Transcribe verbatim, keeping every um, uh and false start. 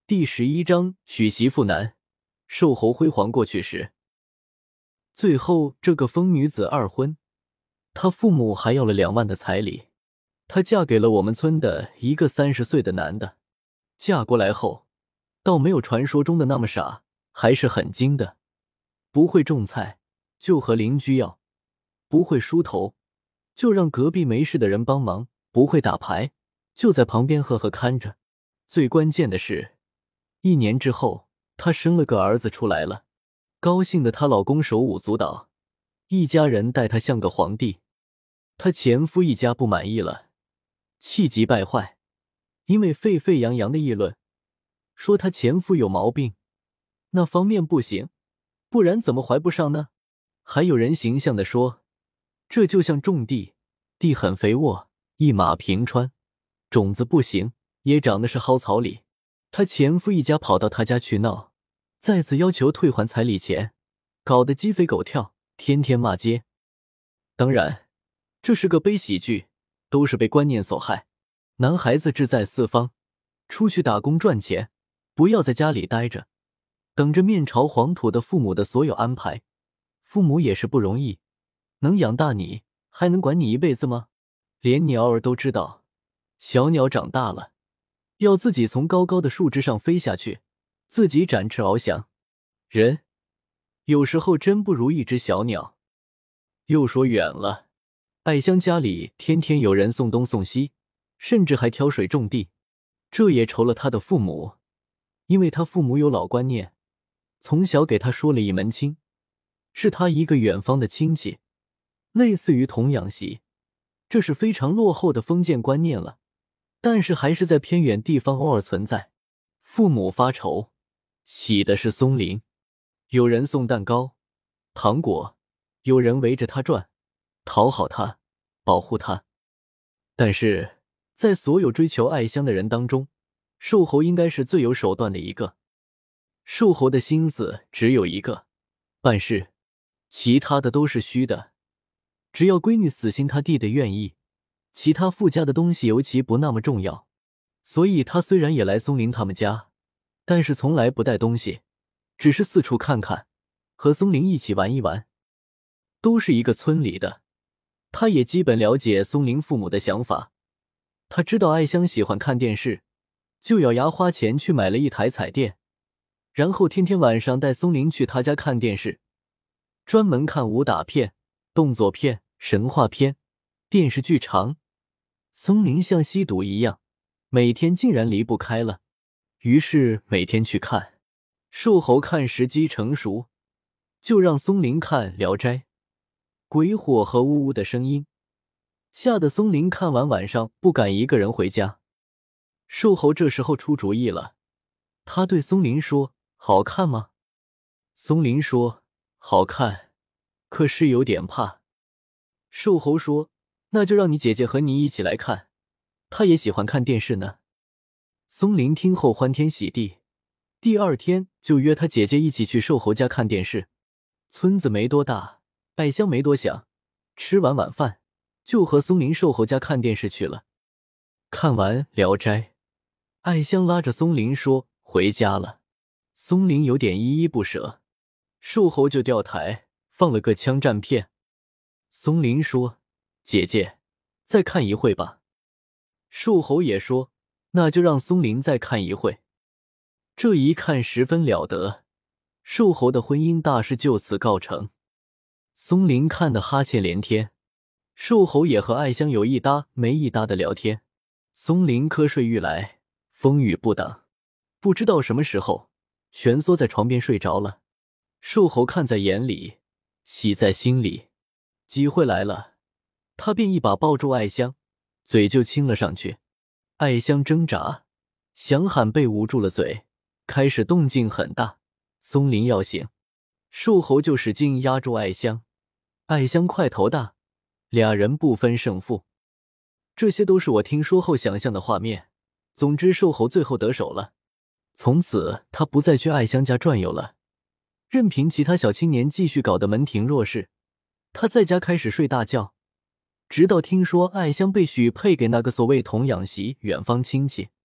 第十一章娶媳妇难。瘦猴辉煌过去时，最后这个疯女子二婚，她父母还要了两万的彩礼。她嫁给了我们村的一个三十岁的男的。嫁过来后，倒没有传说中的那么傻，还是很精的。不会种菜，就和邻居要；不会梳头，就让隔壁没事的人帮忙；不会打牌，就在旁边呵呵看着。最关键的是，一年之后，她生了个儿子出来了。高兴的她老公手舞足蹈，一家人待她像个皇帝。她前夫一家不满意了，气急败坏，因为沸沸扬扬的议论，说她前夫有毛病，那方面不行，不然怎么怀不上呢？还有人形象地说，这就像种地，地很肥沃，一马平川，种子不行，也长的是蒿草里。她前夫一家跑到她家去闹，再次要求退还彩礼钱，搞得鸡飞狗跳，天天骂街。当然，这是个悲喜剧，都是被观念所害。男孩子志在四方，出去打工赚钱，不要在家里待着，等着面朝黄土的父母的所有安排。父母也是不容易，能养大你，还能管你一辈子吗？连鸟儿都知道，小鸟长大了，要自己从高高的树枝上飞下去，自己展翅翱翔。人有时候真不如一只小鸟。又说远了，艾香家里天天有人送东送西，甚至还挑水种地，这也愁了他的父母，因为他父母有老观念，从小给他说了一门亲，是他一个远方的亲戚，类似于童养媳，这是非常落后的封建观念了，但是还是在偏远地方偶尔存在。父母发愁，喜的是松林，有人送蛋糕、糖果，有人围着他转，讨好他，保护他。但是在所有追求艾香的人当中，瘦猴应该是最有手段的一个。瘦猴的心思只有一个，办事，其他的都是虚的。只要闺女死心塌地的愿意，其他附加的东西尤其不那么重要。所以他虽然也来松林他们家，但是从来不带东西，只是四处看看，和松林一起玩一玩。都是一个村里的，他也基本了解松林父母的想法。他知道艾香喜欢看电视，就咬牙花钱去买了一台彩电，然后天天晚上带松林去他家看电视，专门看武打片、动作片、神话片、电视剧长。松林像吸毒一样，每天竟然离不开了，于是每天去看。瘦猴看时机成熟，就让松林看《聊斋》，鬼火和呜呜的声音，吓得松林看完晚上不敢一个人回家。瘦猴这时候出主意了，他对松林说，好看吗？松林说，好看，可是有点怕。瘦猴说，那就让你姐姐和你一起来看，她也喜欢看电视呢。松林听后欢天喜地，第二天就约他姐姐一起去瘦猴家看电视。村子没多大，艾香没多想，吃完晚饭就和松林瘦猴家看电视去了。看完《聊斋》，艾香拉着松林说回家了。松林有点依依不舍，瘦猴就掉台放了个枪战片。松林说，姐姐再看一会吧。瘦猴也说，那就让松林再看一会。这一看十分了得，瘦猴的婚姻大事就此告成。松林看得哈欠连天，瘦猴也和艾香有一搭没一搭的聊天。松林瞌睡欲来，风雨不挡，不知道什么时候蜷缩在床边睡着了。瘦猴看在眼里，喜在心里，机会来了，他便一把抱住艾香，嘴就亲了上去。艾香挣扎，想喊被捂住了嘴，开始动静很大。松林要醒，瘦猴就使劲压住艾香，艾香块头大，俩人不分胜负。这些都是我听说后想象的画面。总之瘦猴最后得手了，从此他不再去艾香家转悠了，任凭其他小青年继续搞得门庭若市，他在家开始睡大觉，直到听说艾香被许配给那个所谓童养媳远方亲戚。